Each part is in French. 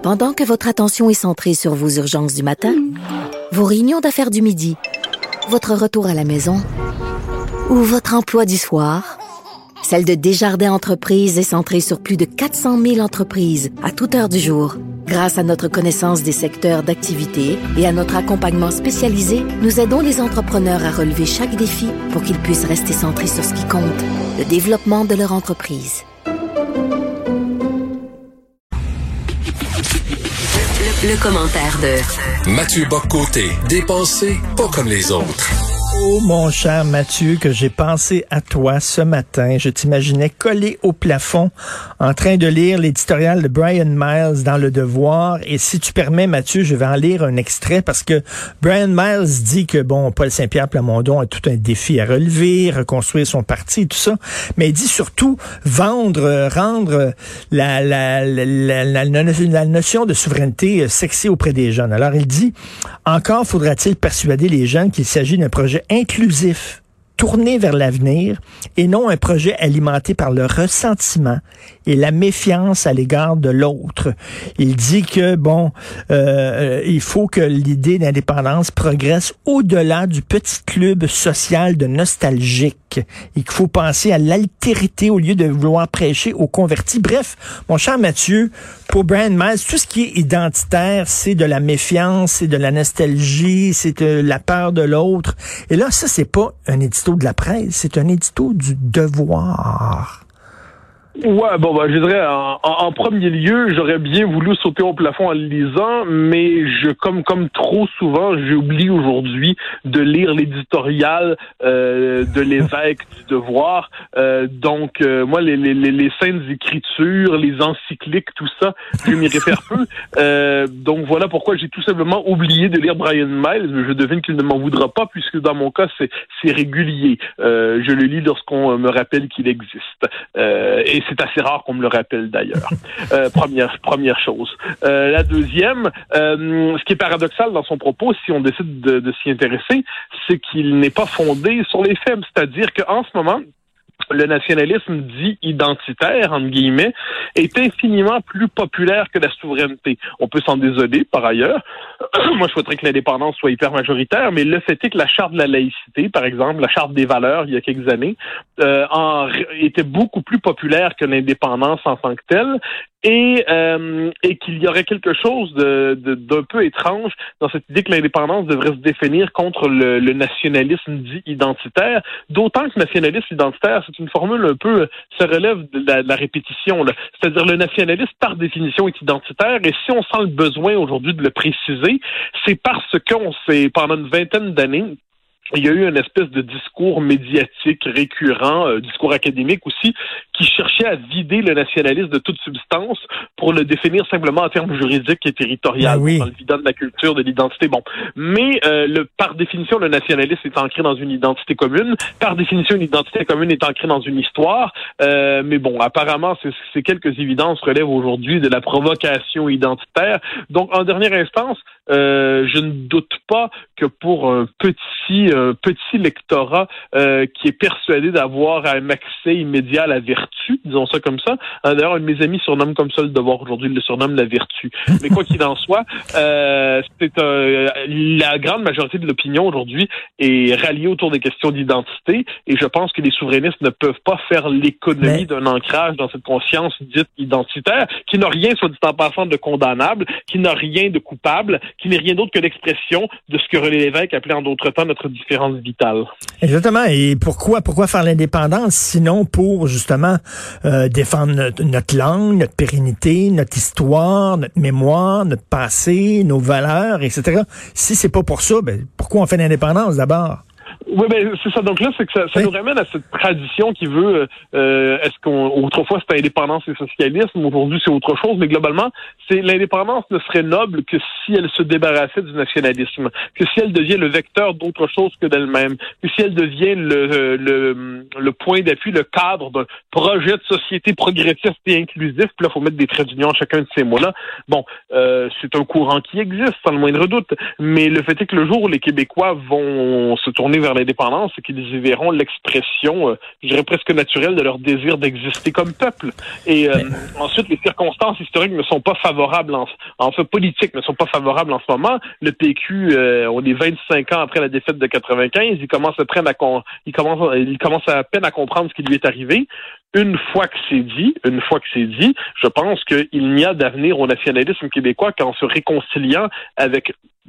Pendant que votre attention est centrée sur vos urgences du matin, vos réunions d'affaires du midi, votre retour à la maison ou votre emploi du soir, celle de Desjardins Entreprises est centrée sur plus de 400 000 entreprises à toute heure du jour. Grâce à notre connaissance des secteurs d'activité et à notre accompagnement spécialisé, nous aidons les entrepreneurs à relever chaque défi pour qu'ils puissent rester centrés sur ce qui compte, le développement de leur entreprise. Le commentaire de Mathieu Bock-Côté, dépensé pas comme les autres. Oh, mon cher Mathieu, que j'ai pensé à toi ce matin. Je t'imaginais collé au plafond en train de lire l'éditorial de Brian Miles dans Le Devoir. Et si tu permets, Mathieu, je vais en lire un extrait parce que Brian Miles dit que, bon, Paul Saint-Pierre Plamondon a tout un défi à relever, reconstruire son parti et tout ça. Mais il dit surtout rendre la notion de souveraineté sexy auprès des jeunes. Alors, il dit, encore faudra-t-il persuader les jeunes qu'il s'agit d'un projet inclusif, tourné vers l'avenir et non un projet alimenté par le ressentiment et la méfiance à l'égard de l'autre. Il dit que, il faut que l'idée d'indépendance progresse au-delà du petit club social de nostalgiques et qu'il faut penser à l'altérité au lieu de vouloir prêcher aux convertis. Bref, mon cher Mathieu, pour Brian Miles, tout ce qui est identitaire, c'est de la méfiance, c'est de la nostalgie, c'est de la peur de l'autre. Et là, ça, c'est pas un édito de la presse, c'est un édito du Devoir. Ouais, je dirais, en premier lieu, j'aurais bien voulu sauter au plafond en le lisant, mais comme trop souvent, j'oublie aujourd'hui de lire l'éditorial de l'évêque du Devoir. Moi, les saintes écritures, les encycliques, tout ça, je m'y réfère peu. Donc voilà pourquoi j'ai tout simplement oublié de lire Brian Miles, mais je devine qu'il ne m'en voudra pas, puisque dans mon cas, c'est régulier. Je le lis lorsqu'on me rappelle qu'il existe. Et c'est assez rare qu'on me le rappelle d'ailleurs. Première chose. La deuxième, ce qui est paradoxal dans son propos, si on décide de s'y intéresser, c'est qu'il n'est pas fondé sur les faits. C'est-à-dire qu'en ce moment, le nationalisme dit identitaire, entre guillemets, est infiniment plus populaire que la souveraineté. On peut s'en désoler, par ailleurs. Moi, je souhaiterais que l'indépendance soit hyper majoritaire, mais le fait est que la charte de la laïcité, par exemple, la charte des valeurs, il y a quelques années, était beaucoup plus populaire que l'indépendance en tant que telle. Et qu'il y aurait quelque chose d'un peu étrange dans cette idée que l'indépendance devrait se définir contre le nationalisme dit identitaire, d'autant que nationalisme identitaire, c'est une formule un peu, ça relève de la répétition, là. C'est-à-dire le nationalisme, par définition, est identitaire, et si on sent le besoin aujourd'hui de le préciser, c'est parce qu'on s'est, pendant une vingtaine d'années, il y a eu une espèce de discours médiatique récurrent, discours académique aussi, qui cherchait à vider le nationalisme de toute substance pour le définir simplement en termes juridiques et territoriaux, en le vidant de la culture, de l'identité. Mais par définition, le nationalisme est ancré dans une identité commune. Par définition, une identité commune est ancrée dans une histoire. Mais apparemment, ces quelques évidences relèvent aujourd'hui de la provocation identitaire. Donc, en dernière instance, je ne doute pas que pour un petit lectorat qui est persuadé d'avoir un accès immédiat à la vertu, disons ça comme ça. D'ailleurs, un de mes amis surnomme comme ça Le Devoir aujourd'hui, il le surnomme la vertu. Mais quoi qu'il en soit, la grande majorité de l'opinion aujourd'hui est ralliée autour des questions d'identité, et je pense que les souverainistes ne peuvent pas faire l'économie d'un ancrage dans cette conscience dite identitaire, qui n'a rien, soit dit en passant, de condamnable, qui n'a rien de coupable, qui n'est rien d'autre que l'expression de ce que René Lévesque appelait en d'autres temps notre différence vitale. Exactement. Et pourquoi faire l'indépendance, sinon pour justement défendre notre langue, notre pérennité, notre histoire, notre mémoire, notre passé, nos valeurs, etc. Si c'est pas pour ça, pourquoi on fait l'indépendance d'abord? Oui, c'est ça. Donc là, c'est que ça nous ramène à cette tradition qui veut, autrefois c'était indépendance et socialisme, aujourd'hui c'est autre chose, mais globalement, l'indépendance ne serait noble que si elle se débarrassait du nationalisme, que si elle devient le vecteur d'autre chose que d'elle-même, que si elle devient le point d'appui, le cadre d'un projet de société progressiste et inclusif. Puis là, il faut mettre des traits d'union à chacun de ces mots-là. C'est un courant qui existe, sans le moindre doute, mais le fait est que le jour où les Québécois vont se tourner vers l'indépendance, c'est qu'ils y verront l'expression, je dirais presque naturelle, de leur désir d'exister comme peuple. Et ensuite, les circonstances historiques ne sont pas favorables favorables en fait politiques ne sont pas favorables en ce moment. Le PQ, on est 25 ans après la défaite de 95, il commence à peine à comprendre ce qui lui est arrivé. Une fois que c'est dit, je pense qu'il n'y a d'avenir au nationalisme québécois qu'en se réconciliant avec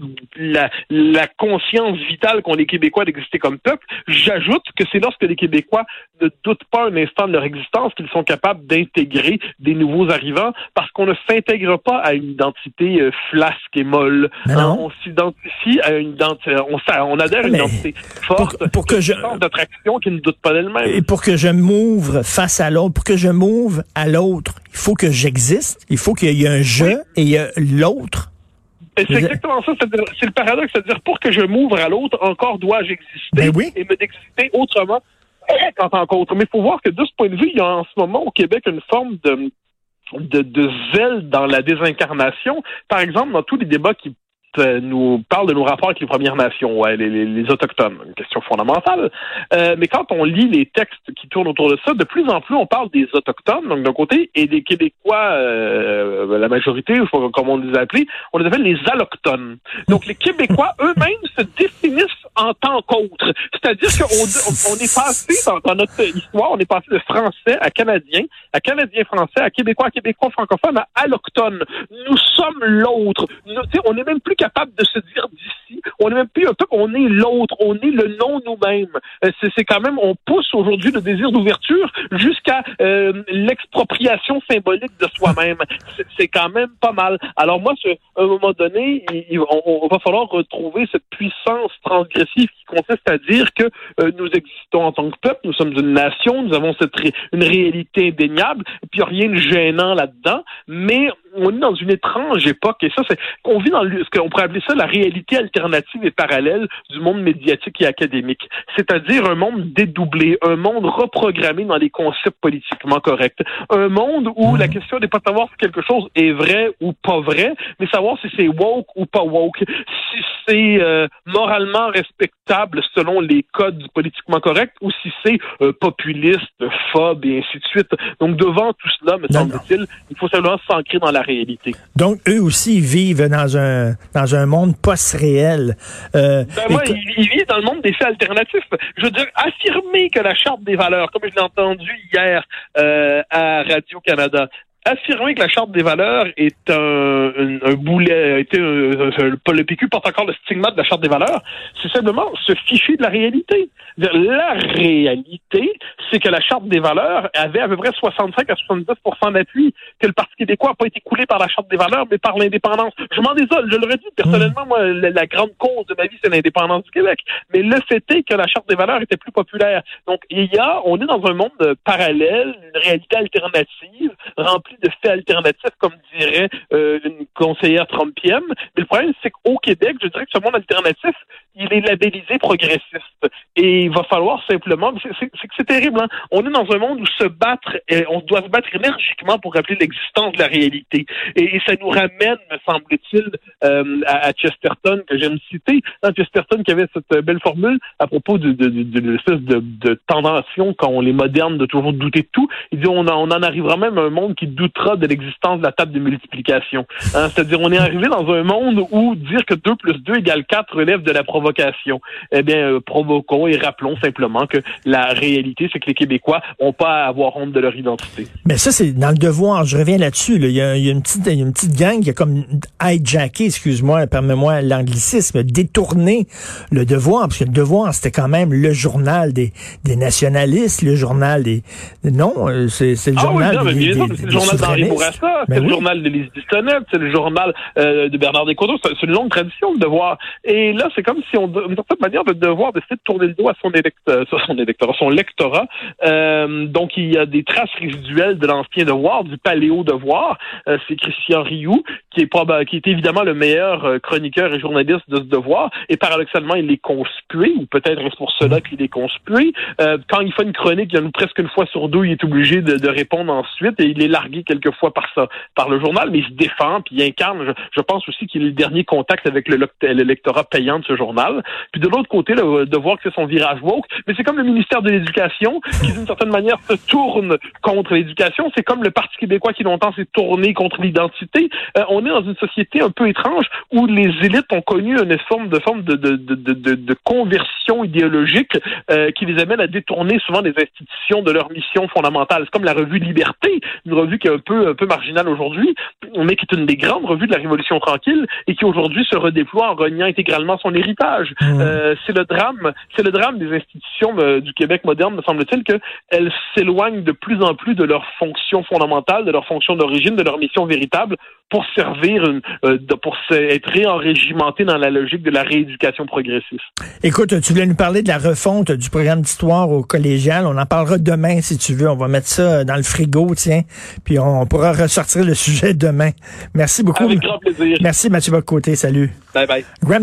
la conscience vitale qu'ont les Québécois d'exister comme peuple. J'ajoute que c'est lorsque les Québécois ne doutent pas un instant de leur existence qu'ils sont capables d'intégrer des nouveaux arrivants, parce qu'on ne s'intègre pas à une identité flasque et molle. On s'identifie à une identité, on adhère à une identité forte, pour que d'attraction qui ne doute pas d'elle-même. Et pour que je m'ouvre face à l'autre, pour que je m'ouvre à l'autre, il faut que j'existe, il faut qu'il y ait un je et il y a l'autre. C'est exactement ça, c'est le paradoxe, c'est-à-dire pour que je m'ouvre à l'autre, encore dois-je exister et me d'exister autrement qu'en tant qu'autre. Mais il faut voir que de ce point de vue, il y a en ce moment au Québec une forme de zèle dans la désincarnation. Par exemple, dans tous les débats qui nous parlent de nos rapports avec les Premières Nations, les Autochtones, une question fondamentale. Mais quand on lit les textes qui tournent autour de ça, de plus en plus on parle des Autochtones, donc d'un côté, et des Québécois, la majorité, comme on les a appelés, on les appelle les Alloctones. Donc les Québécois eux-mêmes se définissent en tant qu'autres. C'est-à-dire qu'on est passé dans notre histoire, on est passé de français à canadien français, à québécois francophone, à allochtone. Nous sommes l'autre. On n'est même plus capable de se dire d'ici. On n'est même plus un peuple, on est l'autre. On est le non nous-mêmes. C'est quand même, on pousse aujourd'hui le désir d'ouverture jusqu'à l'expropriation symbolique de soi-même. C'est quand même pas mal. Alors moi, à un moment donné, on va falloir retrouver cette puissance transgressive qui consiste à dire que nous existons en tant que peuple, nous sommes une nation, nous avons une réalité indéniable, et puis il n'y a rien de gênant là-dedans, mais on est dans une étrange époque, et ça, on vit dans ce qu'on pourrait appeler ça la réalité alternative et parallèle du monde médiatique et académique. C'est-à-dire un monde dédoublé, un monde reprogrammé dans les concepts politiquement corrects. Un monde où la question n'est pas de savoir si quelque chose est vrai ou pas vrai, mais savoir si c'est woke ou pas woke, si c'est moralement respectable selon les codes du politiquement correct ou si c'est populiste, phobe et ainsi de suite. Donc devant tout cela, me semble-t-il, il faut simplement s'ancrer dans la réalité. Donc eux aussi vivent dans un monde post-réel. Ils vivent dans le monde des faits alternatifs. Je veux dire, affirmer que la Charte des valeurs, comme je l'ai entendu hier à Radio-Canada, affirmer que la Charte des valeurs est un boulet, le PQ porte encore le stigmate de la Charte des valeurs, c'est simplement se ficher de la réalité. La réalité, c'est que la Charte des valeurs avait à peu près 65 à 70% d'appui, que le Parti québécois n'a pas été coulé par la Charte des valeurs, mais par l'indépendance. Je m'en désole, je l'aurais dit, personnellement, moi, la grande cause de ma vie, c'est l'indépendance du Québec. Mais le fait est que la Charte des valeurs était plus populaire. Donc, on est dans un monde parallèle, une réalité alternative, remplie de faits alternatifs, comme dirait une conseillère trumpienne. Mais le problème, c'est qu'au Québec, je dirais que ce monde alternatif, il est labellisé progressiste. Et il va falloir simplement... C'est terrible, hein? On est dans un monde où on doit se battre énergiquement pour rappeler l'existence de la réalité. Et ça nous ramène, me semble-t-il, à Chesterton, que j'aime citer. Chesterton qui avait cette belle formule à propos de l'espèce de tentation qu'ont les modernes de toujours douter de tout. Il dit on en arrivera même à un monde qui doutera de l'existence de la table de multiplication. Hein? C'est-à-dire on est arrivé dans un monde où dire que 2 plus 2 égale 4 relève de la provocation. Eh bien, provoquons et rappelons simplement que la réalité, c'est que les Québécois n'ont pas à avoir honte de leur identité. Mais ça, c'est dans le devoir. Je reviens là-dessus. Là. Il y a une petite gang qui a comme hijacké, excuse-moi, permets-moi l'anglicisme, détourné le devoir, parce que le devoir, c'était quand même le journal des nationalistes, le journal des... Non, c'est le journal des c'est le journal d'Henri Bourassa, c'est le journal de Lise Bissonnette, c'est le journal de Bernard Descoteaux. C'est une longue tradition, le devoir. Et là, c'est comme si une certaine manière, le devoir d'essayer de tourner le dos à son lectorat. Donc, il y a des traces résiduelles de l'ancien devoir, du paléo-devoir. C'est Christian Rioux, qui est évidemment le meilleur chroniqueur et journaliste de ce devoir. Et paradoxalement, il est conspué, ou peut-être est-ce pour cela qu'il est conspué. Quand il fait une chronique, il y a presque une fois sur 2, il est obligé de répondre ensuite, et il est largué quelquefois par le journal, mais il se défend, puis il incarne. Je pense aussi qu'il est le dernier contact avec le lectorat payant de ce journal. nationale, puis de l'autre côté, de voir que c'est son virage woke. Mais c'est comme le ministère de l'Éducation, qui d'une certaine manière se tourne contre l'éducation. C'est comme le Parti québécois qui longtemps s'est tourné contre l'identité. On est dans une société un peu étrange où les élites ont connu une forme de conversion idéologique qui les amène à détourner souvent des institutions de leur mission fondamentale. C'est comme la revue Liberté, une revue qui est un peu marginale aujourd'hui, mais qui est une des grandes revues de la Révolution tranquille et qui aujourd'hui se redéploie en reniant intégralement son héritage. C'est le drame des institutions du Québec moderne, me semble-t-il, qu'elles s'éloignent de plus en plus de leur fonction fondamentale, de leur fonction d'origine, de leur mission véritable, pour servir, pour être réenrégimenté dans la logique de la rééducation progressiste. Écoute, tu voulais nous parler de la refonte du programme d'histoire au collégial. On en parlera demain, si tu veux. On va mettre ça dans le frigo, tiens, puis on pourra ressortir le sujet demain. Merci beaucoup. Avec grand plaisir. Merci, Mathieu Bock-Côté. Salut. Bye bye.